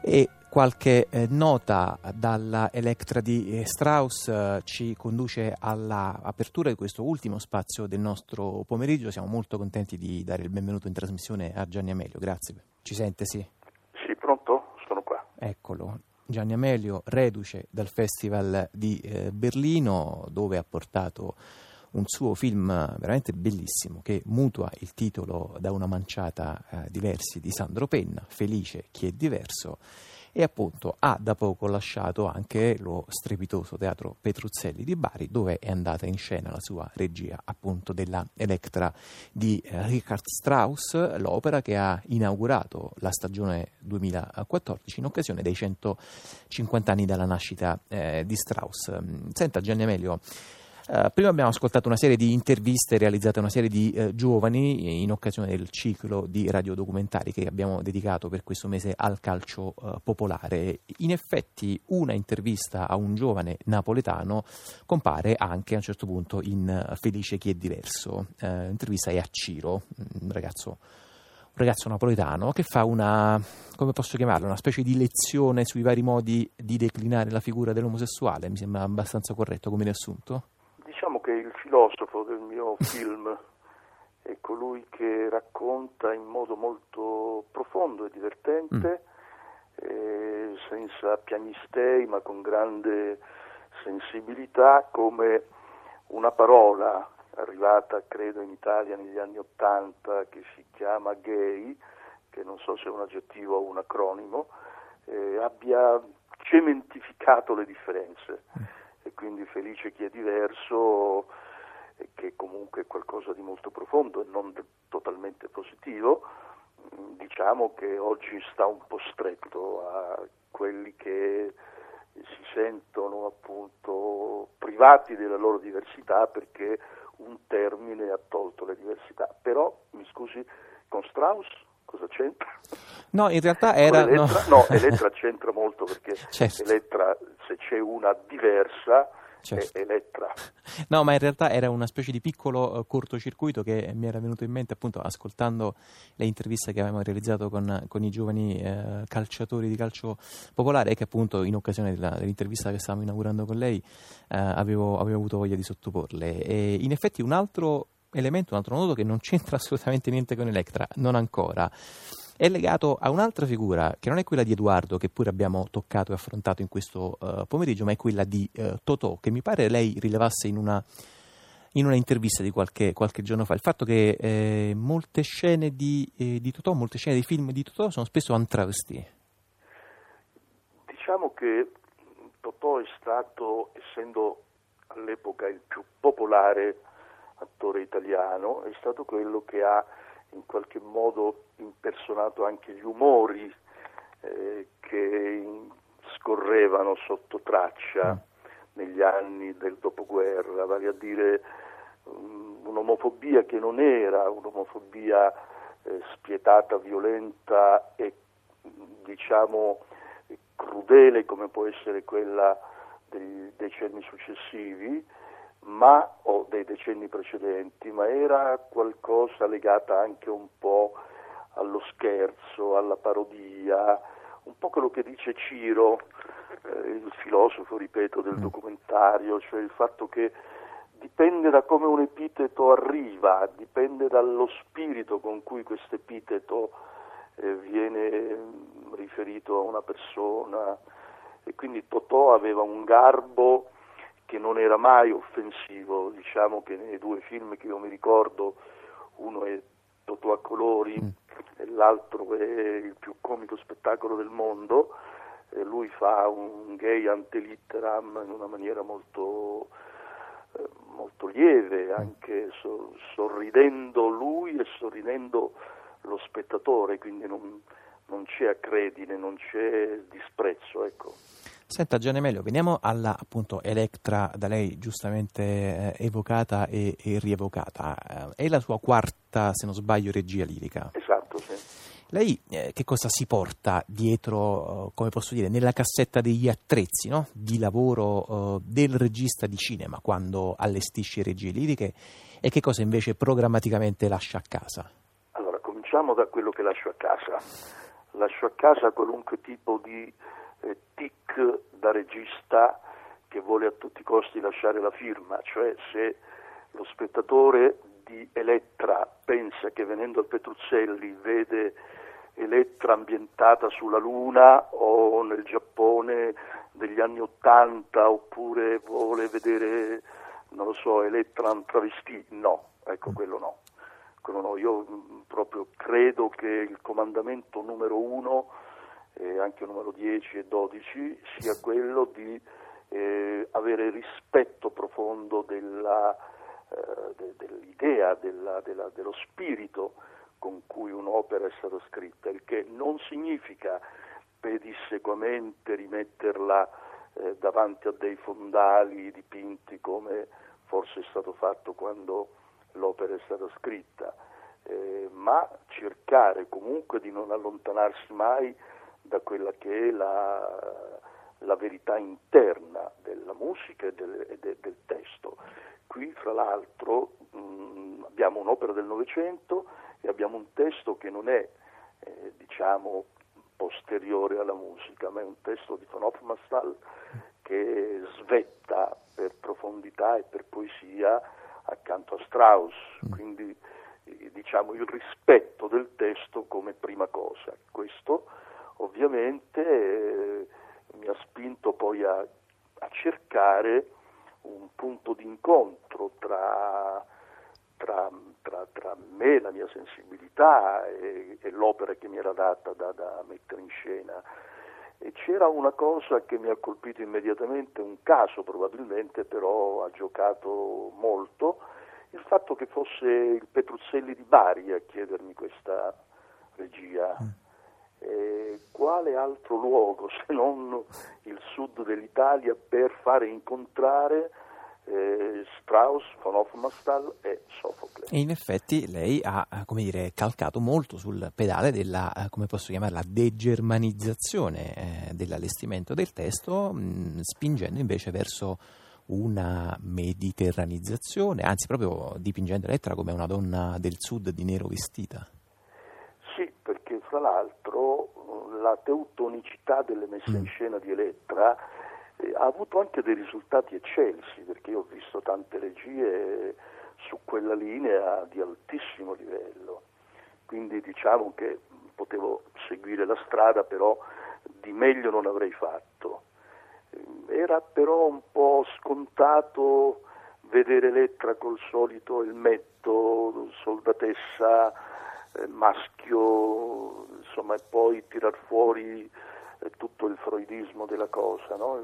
E qualche nota dalla Elettra di Strauss ci conduce alla apertura di questo ultimo spazio del nostro pomeriggio. Siamo molto contenti di dare il benvenuto in trasmissione a Gianni Amelio. Grazie. Ci sente, sì? Sì, pronto? Sono qua. Eccolo. Gianni Amelio, reduce dal Festival di Berlino, dove ha portato un suo film veramente bellissimo che mutua il titolo da una manciata di versi di Sandro Penna, Felice chi è diverso, e appunto ha da poco lasciato anche lo strepitoso Teatro Petruzzelli di Bari, dove è andata in scena la sua regia appunto della Electra di Richard Strauss, l'opera che ha inaugurato la stagione 2014 in occasione dei 150 anni dalla nascita di Strauss. Senta Gianni Amelio, prima abbiamo ascoltato una serie di interviste realizzate a una serie di giovani in occasione del ciclo di radiodocumentari che abbiamo dedicato per questo mese al calcio popolare. In effetti una intervista a un giovane napoletano compare anche a un certo punto in Felice chi è diverso. L'intervista è a Ciro, un ragazzo napoletano che fa una specie di lezione sui vari modi di declinare la figura dell'omosessuale. Mi sembra abbastanza corretto come riassunto. Diciamo che il filosofo del mio film è colui che racconta in modo molto profondo e divertente, senza piagnistei ma con grande sensibilità, come una parola arrivata credo in Italia negli anni '80 che si chiama gay, che non so se è un aggettivo o un acronimo, abbia cementificato le differenze. E quindi Felice chi è diverso, che comunque è qualcosa di molto profondo e non totalmente positivo, diciamo che oggi sta un po' stretto a quelli che si sentono appunto privati della loro diversità perché un termine ha tolto le diversità. Però, mi scusi, con Strauss cosa c'entra? No, in realtà era... Elettra c'entra molto perché certo. Elettra, se c'è una diversa, certo. È Elettra. No, ma in realtà era una specie di piccolo cortocircuito che mi era venuto in mente appunto ascoltando le interviste che avevamo realizzato con i giovani calciatori di calcio popolare, e che appunto in occasione dell'intervista che stavamo inaugurando con lei avevo avuto voglia di sottoporle. E in effetti un altro nodo che non c'entra assolutamente niente con Electra, non ancora, è legato a un'altra figura che non è quella di Edoardo, che pure abbiamo toccato e affrontato in questo pomeriggio, ma è quella di Totò, che mi pare lei rilevasse in una intervista di qualche giorno fa, il fatto che molte scene di Totò, molte scene dei film di Totò sono spesso antravestì. Diciamo che Totò è stato, essendo all'epoca il più popolare attore italiano, è stato quello che ha in qualche modo impersonato anche gli umori che scorrevano sotto traccia negli anni del dopoguerra, vale a dire un'omofobia che non era un'omofobia spietata, violenta e diciamo crudele come può essere quella dei decenni successivi, o dei decenni precedenti, ma era qualcosa legata anche un po' allo scherzo, alla parodia, un po' quello che dice Ciro, il filosofo, ripeto, del documentario, cioè il fatto che dipende da come un epiteto arriva, dipende dallo spirito con cui questo epiteto viene riferito a una persona, e quindi Totò aveva un garbo che non era mai offensivo. Diciamo che nei due film che io mi ricordo, uno è Totò a colori e l'altro è il più comico spettacolo del mondo, lui fa un gay ante litteram in una maniera molto lieve, anche sorridendo lui e sorridendo lo spettatore, quindi non c'è acredine, non c'è disprezzo, ecco. Senta Gianni Amelio, veniamo alla appunto Electra da lei giustamente evocata e rievocata. È la sua quarta, se non sbaglio, regia lirica. Esatto, sì. Lei che cosa si porta dietro, come posso dire, nella cassetta degli attrezzi, no? Di lavoro del regista di cinema quando allestisce regie liriche, e che cosa invece programmaticamente lascia a casa? Allora, cominciamo da quello che lascio a casa. lascio a casa qualunque tipo di tic da regista che vuole a tutti i costi lasciare la firma, cioè se lo spettatore di Elettra pensa che venendo al Petruzzelli vede Elettra ambientata sulla Luna o nel Giappone degli anni '80, oppure vuole vedere, non lo so, Elettra in travestì, no, ecco, quello no. Io proprio credo che il comandamento numero 1 e anche numero 10 e 12 sia quello di avere rispetto profondo dell'idea, dello spirito con cui un'opera è stata scritta, il che non significa pedissequamente rimetterla davanti a dei fondali dipinti come forse è stato fatto quando l'opera è stata scritta, ma cercare comunque di non allontanarsi mai da quella che è la verità interna della musica e del testo. Qui, fra l'altro, abbiamo un'opera del Novecento e abbiamo un testo che non è, posteriore alla musica, ma è un testo di von Hofmannsthal che svetta per profondità e per poesia accanto a Strauss, quindi il rispetto del testo come prima cosa. Questo ovviamente mi ha spinto poi a cercare un punto di incontro tra me, la mia sensibilità e l'opera che mi era data da mettere in scena. E c'era una cosa che mi ha colpito immediatamente, un caso probabilmente, però ha giocato molto, il fatto che fosse il Petruzzelli di Bari a chiedermi questa regia. Quale altro luogo se non il sud dell'Italia per fare incontrare Strauss, von Hofmannsthal e Sofocle. E in effetti lei ha, calcato molto sul pedale della, degermanizzazione dell'allestimento del testo, spingendo invece verso una mediterranizzazione, anzi proprio dipingendo Elettra come una donna del sud di nero vestita. Sì, perché fra l'altro la teutonicità delle messe in scena di Elettra ha avuto anche dei risultati eccelsi, perché io ho visto tante regie su quella linea di altissimo livello, quindi diciamo che potevo seguire la strada, però di meglio non avrei fatto. Era però un po' scontato vedere Elettra col solito elmetto, soldatessa, maschio, insomma, e poi tirar fuori tutto il freudismo della cosa, no?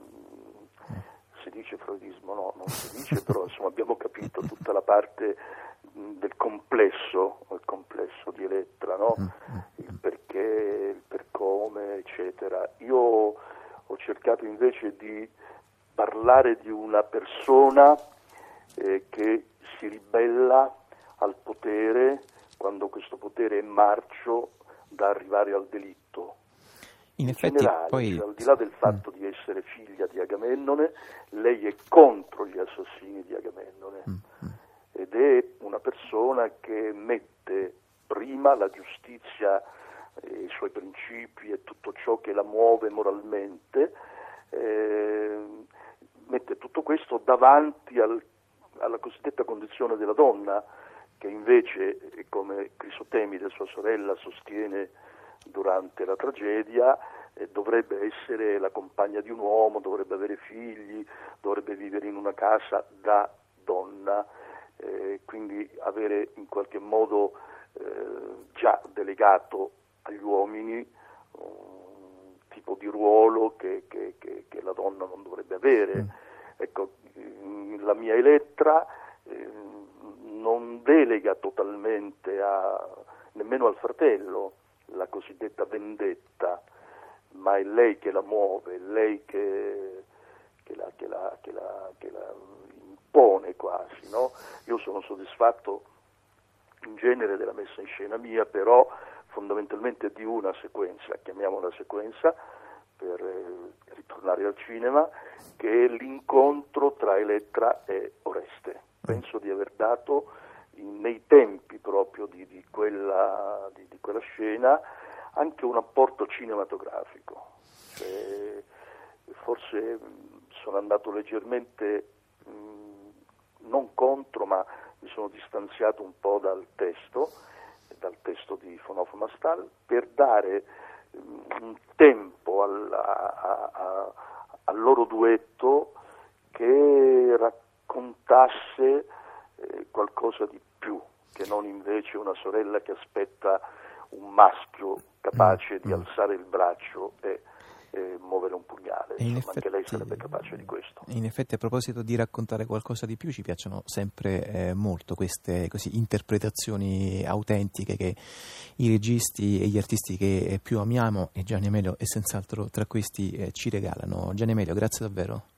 Si dice freudismo? No, non si dice, però insomma abbiamo capito tutta la parte del complesso, il complesso di Elettra, no? Il perché, il per come, eccetera. Io ho cercato invece di parlare di una persona che si ribella al potere quando questo potere è marcio da arrivare al delitto. In effetti, generale, poi, cioè, al di là del fatto di essere figlia di Agamennone, lei è contro gli assassini di Agamennone ed è una persona che mette prima la giustizia, i suoi principi e tutto ciò che la muove moralmente, mette tutto questo davanti alla cosiddetta condizione della donna, che invece, come Crisotemide, sua sorella, sostiene durante la tragedia, dovrebbe essere la compagna di un uomo, dovrebbe avere figli, dovrebbe vivere in una casa da donna, quindi avere in qualche modo già delegato agli uomini un tipo di ruolo che la donna non dovrebbe avere. Ecco, la mia Elettra non delega totalmente nemmeno al fratello la cosiddetta vendetta, ma è lei che la muove, è lei che la impone quasi, no? Io sono soddisfatto in genere della messa in scena mia, però fondamentalmente di una sequenza, chiamiamola sequenza per ritornare al cinema, che è l'incontro tra Elettra e Oreste. Penso di aver dato nei tempi proprio di quella scena, anche un apporto cinematografico. Cioè, forse sono andato leggermente non contro, ma mi sono distanziato un po' dal testo di Fonof Mastal, per dare un tempo al loro duetto che raccontasse qualcosa di più, che non invece una sorella che aspetta un maschio capace di alzare il braccio e muovere un pugnale. Insomma, anche lei sarebbe capace di questo. In effetti, a proposito di raccontare qualcosa di più, ci piacciono sempre molto queste interpretazioni autentiche che i registi e gli artisti che più amiamo, e Gianni Amelio è senz'altro tra questi, ci regalano. Gianni Amelio, grazie davvero.